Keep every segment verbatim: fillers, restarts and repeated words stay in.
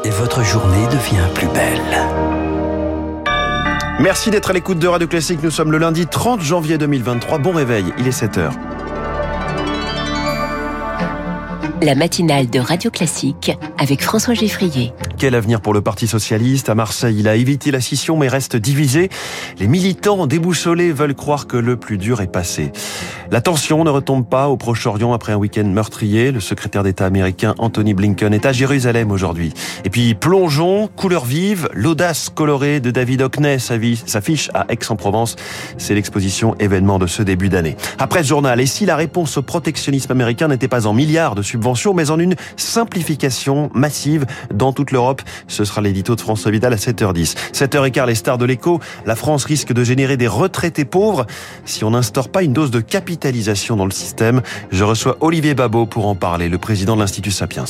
et votre journée devient plus belle. Merci d'être à l'écoute de Radio Classique. Nous sommes le lundi trente janvier deux mille vingt-trois. Bon réveil, il est sept heures. La matinale de Radio Classique avec François Geffrier. Quel avenir pour le Parti Socialiste ? À Marseille, il a évité la scission mais reste divisé. Les militants déboussolés veulent croire que le plus dur est passé. La tension ne retombe pas au Proche-Orient après un week-end meurtrier. Le secrétaire d'État américain Anthony Blinken est à Jérusalem aujourd'hui. Et puis plongeons, couleurs vives, l'audace colorée de David Hockney s'affiche à Aix-en-Provence. C'est l'exposition événement de ce début d'année. Après ce journal, et si la réponse au protectionnisme américain n'était pas en milliards de subventions, mais en une simplification massive dans toute l'Europe. Ce sera l'édito de François Vidal à sept heures dix. sept heures quinze, les stars de l'écho. La France risque de générer des retraités pauvres si on n'instaure pas une dose de capitalisation dans le système. Je reçois Olivier Babot pour en parler, le président de l'Institut Sapiens.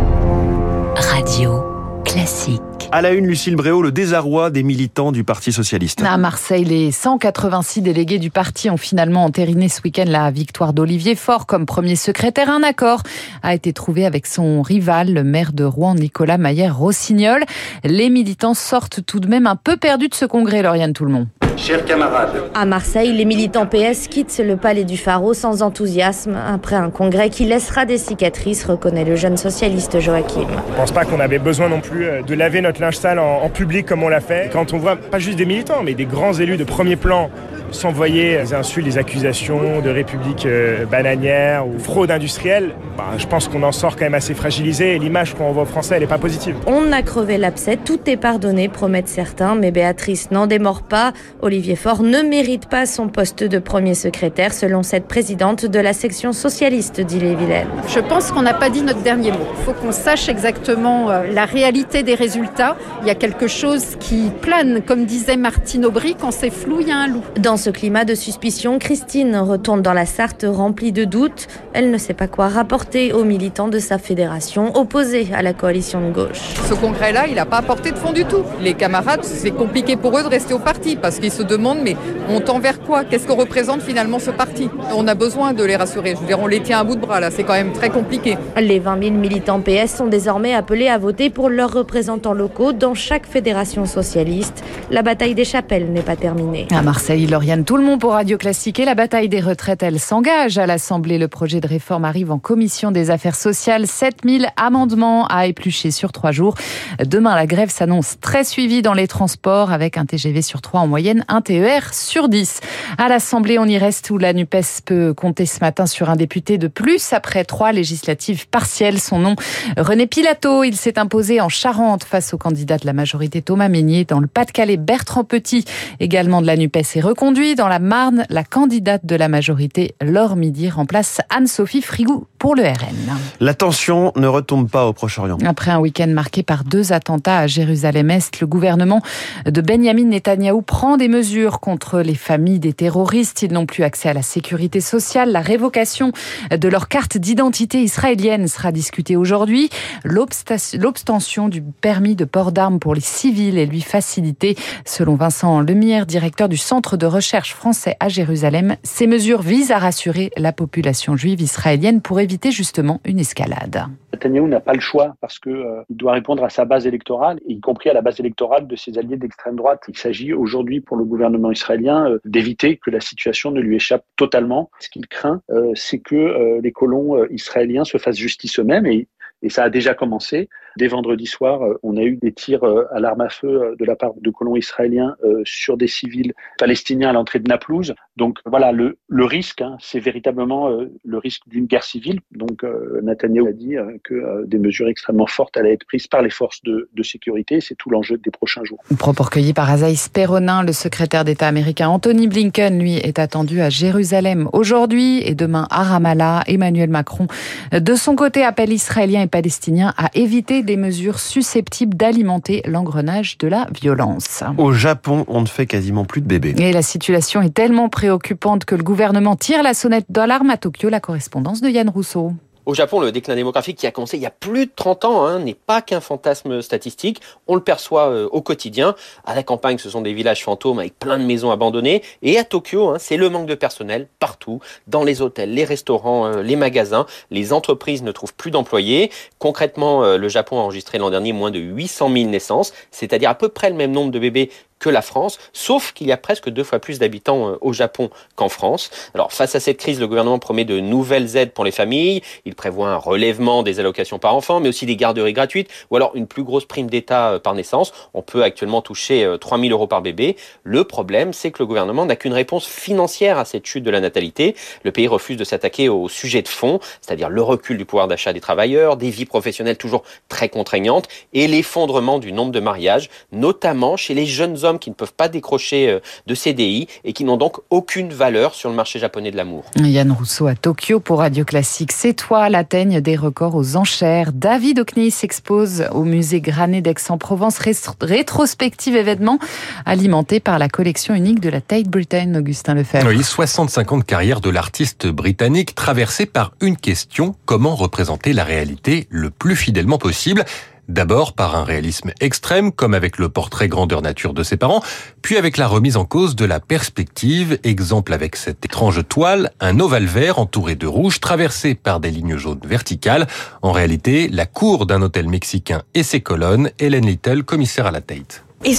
Radio Classique. À la une, Lucille Bréau, le désarroi des militants du Parti Socialiste. À Marseille, les cent quatre-vingt-six délégués du parti ont finalement entériné ce week-end la victoire d'Olivier Faure comme premier secrétaire. Un accord a été trouvé avec son rival, le maire de Rouen, Nicolas Maillère-Rossignol. Les militants sortent tout de même un peu perdus de ce congrès, Lauriane Tout-le-Monde. Chers camarades. À Marseille, les militants P S quittent le palais du Pharaon sans enthousiasme après un congrès qui laissera des cicatrices, reconnaît le jeune socialiste Joachim. Je ne pense pas qu'on avait besoin non plus de laver notre linge sale en, en public comme on l'a fait. Quand on voit pas juste des militants, mais des grands élus de premier plan s'envoyer des insultes, des accusations de république euh, bananière ou fraude industrielle, bah, je pense qu'on en sort quand même assez fragilisé et l'image qu'on envoie aux Français, elle n'est pas positive. On a crevé l'abcès, tout est pardonné, promettent certains, mais Béatrice n'en démord pas. Olivier Faure ne mérite pas son poste de premier secrétaire, selon cette présidente de la section socialiste d'Ille-et-Vilaine. Je pense qu'on n'a pas dit notre dernier mot. Il faut qu'on sache exactement euh, la réalité des résultats. Il y a quelque chose qui plane, comme disait Martine Aubry, quand c'est flou, il y a un loup. Dans ce climat de suspicion, Christine retourne dans la Sarthe remplie de doutes. Elle ne sait pas quoi rapporter aux militants de sa fédération opposée à la coalition de gauche. Ce congrès-là, il n'a pas apporté de fond du tout. Les camarades, c'est compliqué pour eux de rester au parti parce qu'ils se demandent, mais on tend vers quoi ? Qu'est-ce que représente finalement ce parti ? On a besoin de les rassurer. Je veux dire, on les tient à bout de bras là, c'est quand même très compliqué. Les vingt mille militants P S sont désormais appelés à voter pour leurs représentants locaux dans chaque fédération socialiste. La bataille des chapelles n'est pas terminée. À Marseille, Lauriane Tout-le-Monde pour Radio Classique et la bataille des retraites, elle s'engage à l'Assemblée. Le projet de réforme arrive en commission des affaires sociales. sept mille amendements à éplucher sur trois jours. Demain, la grève s'annonce très suivie dans les transports avec un T G V sur trois en moyenne, un T E R sur dix. À l'Assemblée, on y reste où la NUPES peut compter ce matin sur un député de plus après trois législatives partielles. Son nom, René Pilato. Il s'est imposé en Charente face au candidat de la majorité Thomas Mesnier. Dans le Pas-de-Calais, Bertrand Petit, également de la NUPES, est reconduit. Dans la Marne, la candidate de la majorité, Laure Midi, remplace Anne-Sophie Frigou pour le R N. La tension ne retombe pas au Proche-Orient. Après un week-end marqué par deux attentats à Jérusalem-Est, le gouvernement de Benyamin Netanyahou prend des mesures contre les familles des terroristes. Ils n'ont plus accès à la sécurité sociale. La révocation de leur carte d'identité israélienne sera discutée aujourd'hui. L'obstention du permis de port d'armes pour les civils est lui facilitée. Selon Vincent Lemierre, directeur du Centre de recherche français à Jérusalem, ces mesures visent à rassurer la population juive israélienne pour éviter justement une escalade. Netanyahou n'a pas le choix parce qu'il euh, doit répondre à sa base électorale, y compris à la base électorale de ses alliés d'extrême droite. Il s'agit aujourd'hui pour le gouvernement israélien euh, d'éviter que la situation ne lui échappe totalement. Ce qu'il craint, euh, c'est que euh, les colons euh, israéliens se fassent justice eux-mêmes et Et ça a déjà commencé. Dès vendredi soir, on a eu des tirs à l'arme à feu de la part de colons israéliens sur des civils palestiniens à l'entrée de Naplouse. Donc voilà, le, le risque, hein, c'est véritablement le risque d'une guerre civile. Donc Netanyahou a dit que des mesures extrêmement fortes allaient être prises par les forces de, de sécurité. C'est tout l'enjeu des prochains jours. Propos recueillis par Azaïs Perronin, le secrétaire d'État américain Anthony Blinken, lui, est attendu à Jérusalem aujourd'hui et demain à Ramallah. Emmanuel Macron, de son côté, appelle Israéliens et Palestiniens à éviter des mesures susceptibles d'alimenter l'engrenage de la violence. Au Japon, on ne fait quasiment plus de bébés. Et la situation est tellement préoccupante que le gouvernement tire la sonnette d'alarme à Tokyo. La correspondance de Yann Rousseau. Au Japon, le déclin démographique qui a commencé il y a plus de trente ans hein, n'est pas qu'un fantasme statistique. On le perçoit euh, au quotidien. À la campagne, ce sont des villages fantômes avec plein de maisons abandonnées. Et à Tokyo, hein, c'est le manque de personnel partout, dans les hôtels, les restaurants, euh, les magasins. Les entreprises ne trouvent plus d'employés. Concrètement, euh, le Japon a enregistré l'an dernier moins de huit cent mille naissances, c'est-à-dire à peu près le même nombre de bébés que la France, sauf qu'il y a presque deux fois plus d'habitants au Japon qu'en France. Alors face à cette crise, le gouvernement promet de nouvelles aides pour les familles. Il prévoit un relèvement des allocations par enfant, mais aussi des garderies gratuites, ou alors une plus grosse prime d'État par naissance. On peut actuellement toucher trois mille euros par bébé. Le problème, c'est que le gouvernement n'a qu'une réponse financière à cette chute de la natalité. Le pays refuse de s'attaquer au sujet de fond, c'est-à-dire le recul du pouvoir d'achat des travailleurs, des vies professionnelles toujours très contraignantes, et l'effondrement du nombre de mariages, notamment chez les jeunes hommes qui ne peuvent pas décrocher de C D I et qui n'ont donc aucune valeur sur le marché japonais de l'amour. Yann Rousseau à Tokyo pour Radio Classique. Ces toiles atteignent des records aux enchères. David Hockney s'expose au musée Granet d'Aix-en-Provence. Rétrospective événement alimenté par la collection unique de la Tate Britain, Augustin Lefebvre. Oui, soixante-cinq ans de carrière de l'artiste britannique traversée par une question: comment représenter la réalité le plus fidèlement possible ? D'abord par un réalisme extrême, comme avec le portrait grandeur nature de ses parents, puis avec la remise en cause de la perspective, exemple avec cette étrange toile, un ovale vert entouré de rouge, traversé par des lignes jaunes verticales. En réalité, la cour d'un hôtel mexicain et ses colonnes. Hélène Little, commissaire à la Tate. Il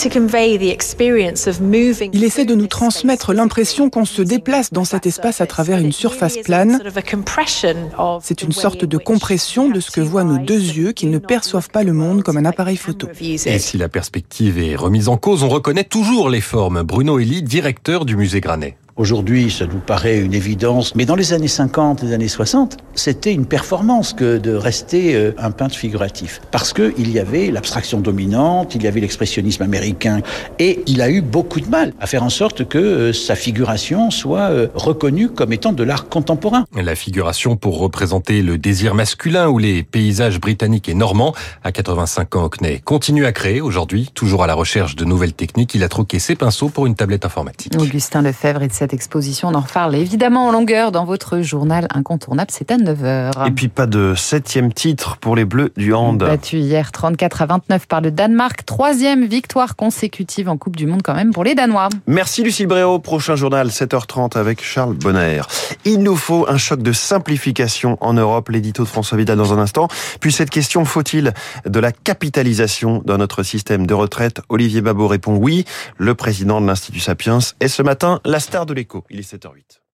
essaie de nous transmettre l'impression qu'on se déplace dans cet espace à travers une surface plane. C'est une sorte de compression de ce que voient nos deux yeux qui ne perçoivent pas le monde comme un appareil photo. Et si la perspective est remise en cause, on reconnaît toujours les formes. Bruno Elie, directeur du musée Granet. Aujourd'hui, ça nous paraît une évidence, mais dans les années cinquante, les années soixante, c'était une performance que de rester un peintre figuratif. Parce que il y avait l'abstraction dominante, il y avait l'expressionnisme américain, et il a eu beaucoup de mal à faire en sorte que sa figuration soit reconnue comme étant de l'art contemporain. La figuration pour représenter le désir masculin ou les paysages britanniques et normands. À quatre-vingt-cinq ans, Hockney continue à créer aujourd'hui, toujours à la recherche de nouvelles techniques. Il a troqué ses pinceaux pour une tablette informatique. Augustin Lefebvre et de cette exposition, on en reparle évidemment en longueur dans votre journal incontournable, c'est à neuf heures. Et puis pas de septième titre pour les Bleus du hand. Battu hier trente-quatre à vingt-neuf par le Danemark, troisième victoire consécutive en Coupe du Monde quand même pour les Danois. Merci Lucille Bréau, prochain journal sept heures trente avec Charles Bonner. Il nous faut un choc de simplification en Europe, l'édito de François Vidal dans un instant. Puis cette question, faut-il de la capitalisation dans notre système de retraite? Olivier Babot répond oui. Le président de l'Institut Sapiens est ce matin la star de l'Écho. Il est sept heures huit.